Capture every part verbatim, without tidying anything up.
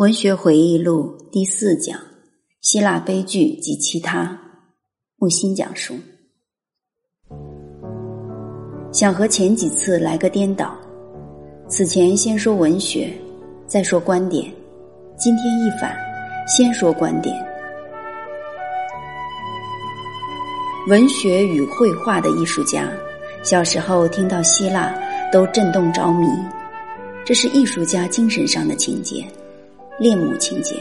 文学回忆录第四讲：希腊悲剧及其他。木心讲述。想和前几次来个颠倒，此前先说文学，再说观点，今天一反，先说观点。文学与绘画的艺术家，小时候听到希腊都震动着迷，这是艺术家精神上的情节，恋母情节。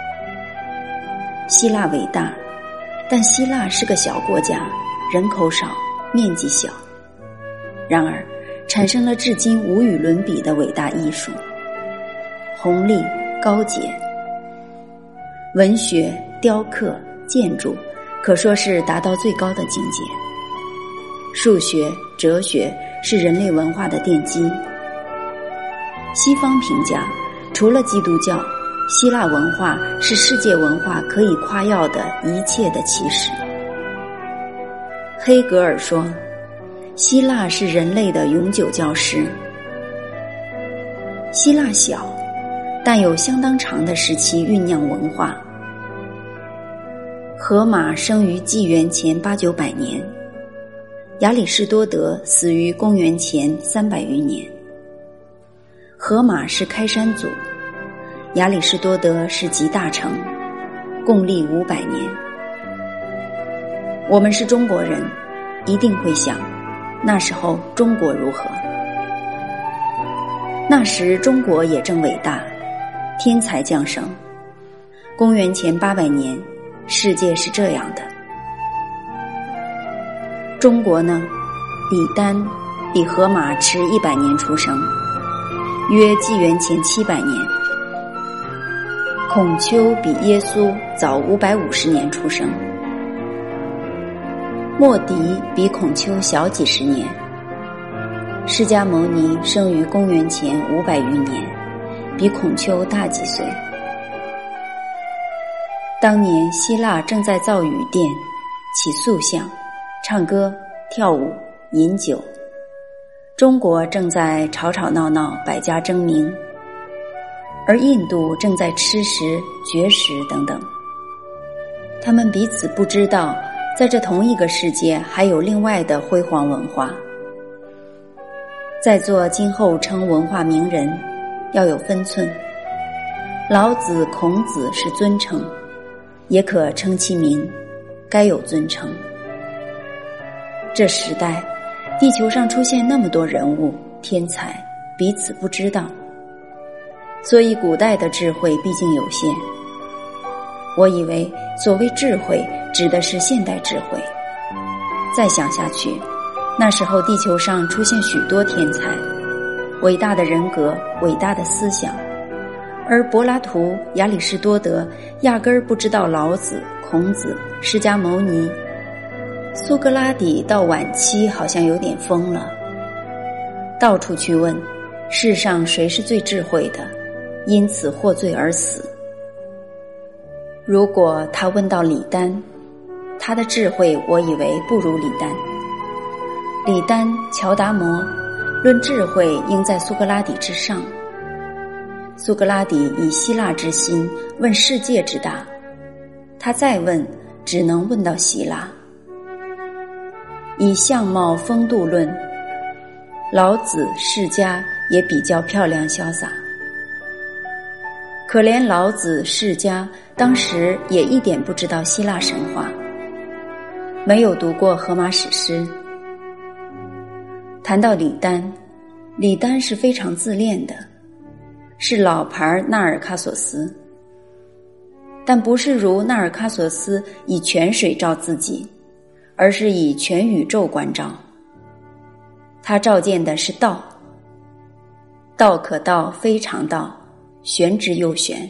希腊伟大，但希腊是个小国家，人口少，面积小，然而产生了至今无与伦比的伟大艺术，宏丽高洁。文学、雕刻、建筑可说是达到最高的境界。数学、哲学是人类文化的奠基。西方评价，除了基督教，希腊文化是世界文化可以夸耀的一切的起始。黑格尔说，希腊是人类的永久教师。希腊小，但有相当长的时期酝酿文化。荷马生于纪元前八九百年，亚里士多德死于公元前三百余年。荷马是开山祖，亚里士多德是集大成，共历五百年。我们是中国人，一定会想，那时候中国如何？那时中国也正伟大，天才降生。公元前八百年，世界是这样的。中国呢，李丹比荷马迟一百年出生，约纪元前七百年。孔丘比耶稣早五百五十年出生。莫迪比孔丘小几十年。释迦牟尼生于公元前五百余年，比孔丘大几岁。当年希腊正在造雨殿、起塑像、唱歌、跳舞、饮酒，中国正在吵吵闹闹、百家争鸣，而印度正在吃食、绝食等等。他们彼此不知道，在这同一个世界还有另外的辉煌文化。在座今后称文化名人，要有分寸。老子、孔子是尊称，也可称其名，该有尊称。这时代，地球上出现那么多人物、天才，彼此不知道。所以古代的智慧毕竟有限。我以为所谓智慧指的是现代智慧。再想下去，那时候地球上出现许多天才，伟大的人格，伟大的思想，而柏拉图、亚里士多德压根儿不知道老子、孔子、释迦牟尼。苏格拉底到晚期好像有点疯了，到处去问世上谁是最智慧的，因此获罪而死。如果他问到李丹，他的智慧我以为不如李丹。李丹、乔达摩论智慧应在苏格拉底之上。苏格拉底以希腊之心问世界之大，他再问只能问到希腊。以相貌风度论，老子、释迦也比较漂亮潇洒。可怜老子、释迦当时也一点不知道希腊神话，没有读过荷马史诗。谈到李丹，李丹是非常自恋的，是老牌纳尔喀索斯，但不是如纳尔喀索斯以泉水照自己，而是以全宇宙关照。他照见的是道，道可道非常道，玄之又玄。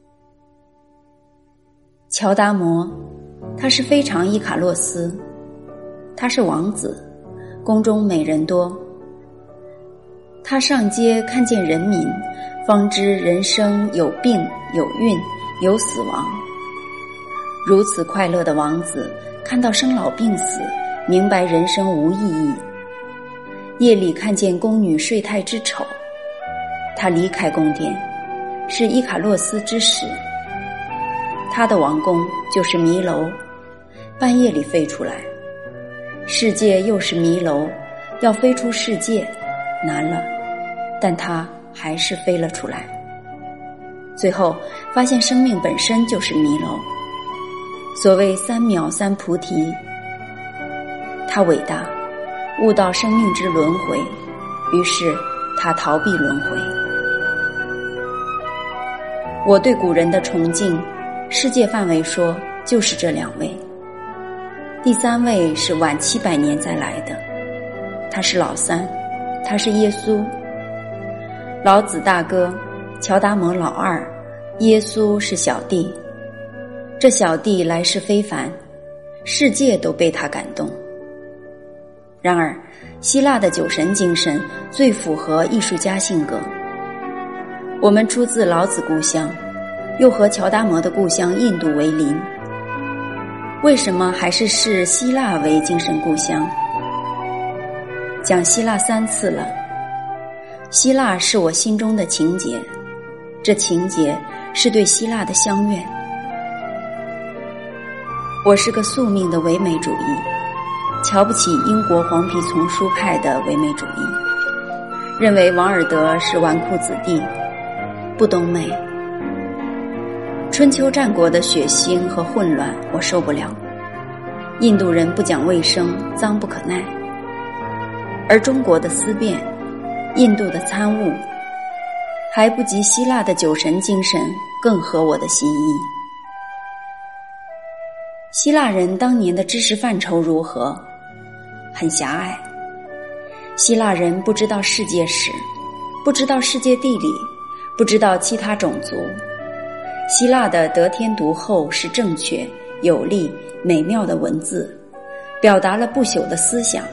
乔达摩，他是非常伊卡洛斯，他是王子，宫中美人多。他上街看见人民，方知人生有病有孕有死亡。如此快乐的王子，看到生老病死，明白人生无意义。夜里看见宫女睡态之丑，他离开宫殿， 是伊卡洛斯之始，他的王宫就是迷楼，半夜里飞出来。世界又是迷楼，要飞出世界难了，但他还是飞了出来。最后发现生命本身就是迷楼，所谓三藐三菩提。他伟大，悟到生命之轮回，于是他逃避轮回。我对古人的崇敬，世界范围说就是这两位。第三位是晚七百年再来的，他是老三，他是耶稣。老子大哥，乔达摩老二，耶稣是小弟。这小弟来世非凡，世界都被他感动。然而希腊的酒神精神最符合艺术家性格。我们出自老子故乡，又和乔达摩的故乡印度为邻，为什么还是视希腊为精神故乡？讲希腊三次了，希腊是我心中的情结，这情结是对希腊的相愿。我是个宿命的唯美主义，瞧不起英国黄皮丛书派的唯美主义，认为王尔德是纨绔子弟，不懂美。春秋战国的血腥和混乱我受不了，印度人不讲卫生，脏不可耐，而中国的思辨，印度的参悟，还不及希腊的酒神精神更合我的心意。希腊人当年的知识范畴如何？很狭隘。希腊人不知道世界史，不知道世界地理，不知道其他种族。希腊的得天独厚是正确、有力、美妙的文字，表达了不朽的思想。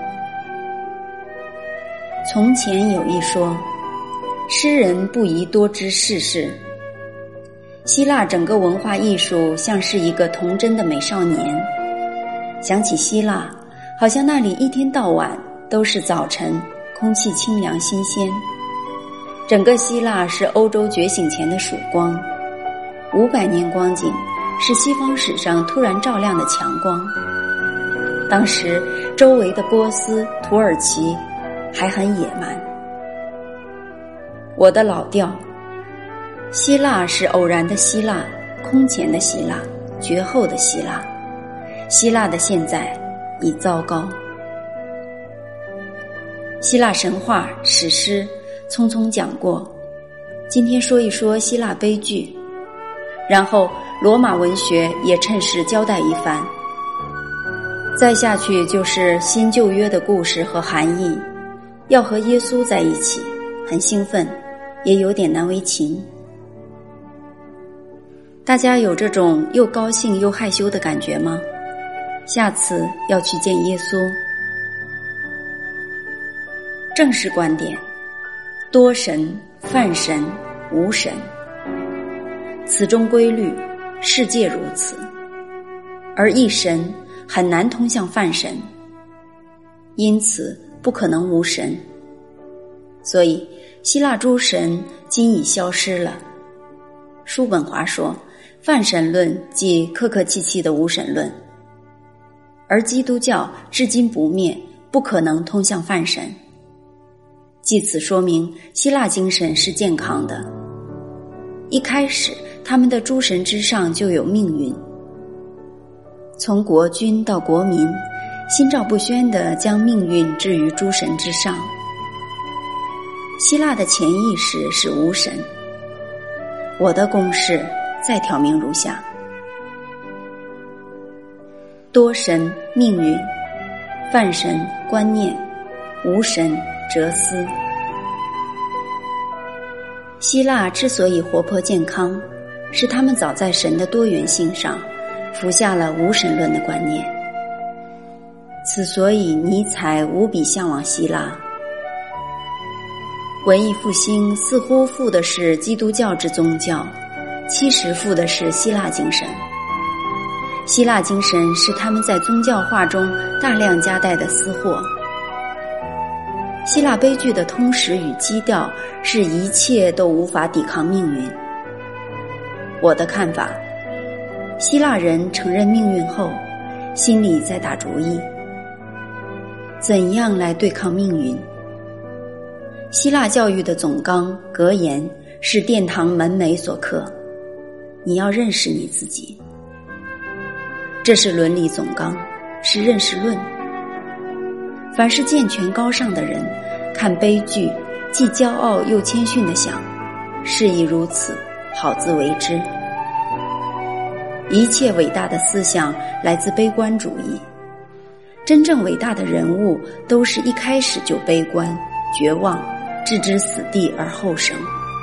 从前有一说，诗人不宜多知世事。希腊整个文化艺术像是一个童真的美少年。想起希腊，好像那里一天到晚都是早晨，空气清凉新鲜。整个希腊是欧洲觉醒前的曙光，五百年光景是西方史上突然照亮的强光。当时周围的波斯、土耳其还很野蛮。我的老调，希腊是偶然的希腊，空前的希腊，绝后的希腊。希腊的现在已糟糕。希腊神话、史诗匆匆讲过，今天说一说希腊悲剧，然后罗马文学也趁势交代一番。再下去就是新旧约的故事和含义，要和耶稣在一起，很兴奋，也有点难为情。大家有这种又高兴又害羞的感觉吗？下次要去见耶稣。正式观点，多神、泛神、无神，此中规律，世界如此。而一神很难通向泛神，因此不可能无神。所以希腊诸神今已消失了。叔本华说，泛神论即客客气气的无神论，而基督教至今不灭，不可能通向泛神。据此说明希腊精神是健康的。一开始他们的诸神之上就有命运，从国君到国民，心照不宣地将命运置于诸神之上。希腊的潜意识是无神。我的公式再挑明如下：多神命运，泛神观念，无神哲思。希腊之所以活泼健康，是他们早在神的多元性上服下了无神论的观念。此所以尼采无比向往希腊。文艺复兴似乎附的是基督教之宗教，其实附的是希腊精神。希腊精神是他们在宗教化中大量夹带的私货。 希腊悲剧的通识与基调是一切都无法抵抗命运。我的看法，希腊人承认命运后，心里在打主意，怎样来对抗命运。希腊教育的总纲格言是殿堂门楣所刻，你要认识你自己。这是伦理总纲，是认识论。凡是健全高尚的人，看悲剧既骄傲又谦逊地想，事已如此，好自为之。一切伟大的思想来自悲观主义，真正伟大的人物都是一开始就悲观绝望，置之死地而后生。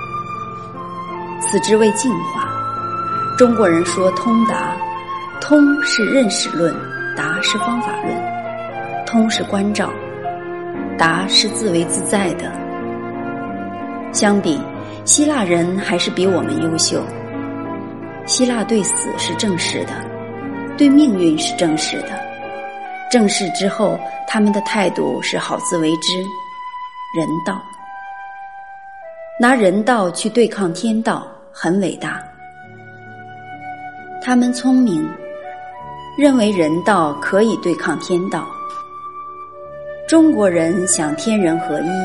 此之谓进化。中国人说通达，通是认识论，达是方法论。通是关照，达是自为自在的。相比，希腊人还是比我们优秀。希腊对死是正视的，对命运是正视的。正视之后，他们的态度是好自为之，人道。拿人道去对抗天道，很伟大。他们聪明，认为人道可以对抗天道。中国人想天人合一。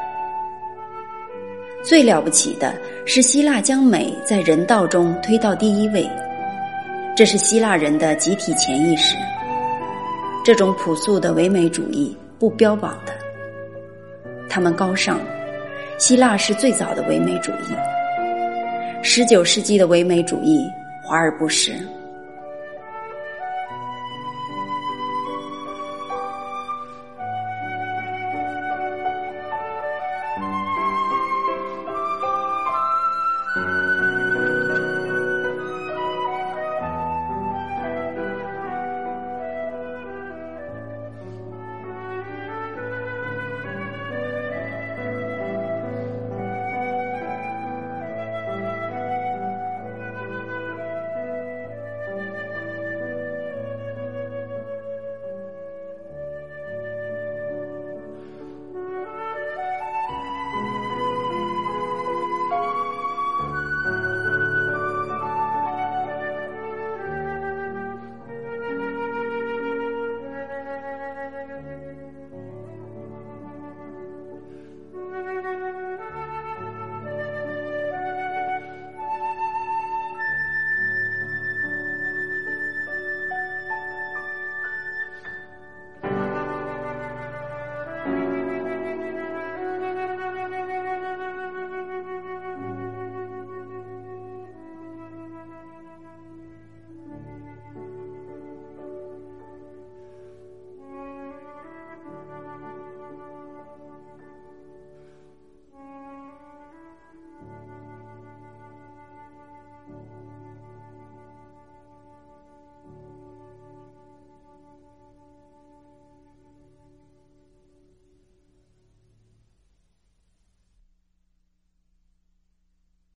最了不起的是希腊将美在人道中推到第一位，这是希腊人的集体潜意识。这种朴素的唯美主义不标榜的，他们高尚。希腊是最早的唯美主义，十九世纪的唯美主义华而不实。